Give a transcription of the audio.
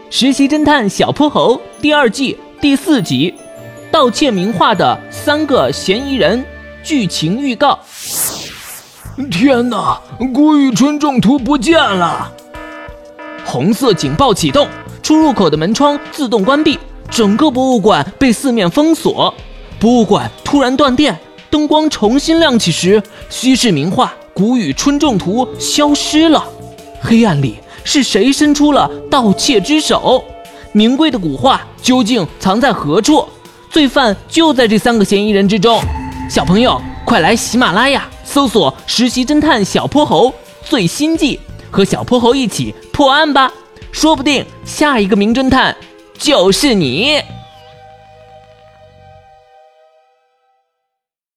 实习侦探小泼猴第2季第4集，盗窃名画的3个嫌疑人剧情预告。 天哪，谷雨村中途不见了！ 红色警报启动，出入口的门窗自动关闭，整个博物馆被四面封锁。博物馆突然断电，灯光重新亮起时，稀世名画《谷雨村中图》消失了。黑暗里是谁伸出了盗窃之手？名贵的古画究竟藏在何处？罪犯就在这3个嫌疑人之中。小朋友，快来喜马拉雅搜索实习侦探小泼猴最新季，和小泼猴一起破案吧，说不定下一个名侦探就是你。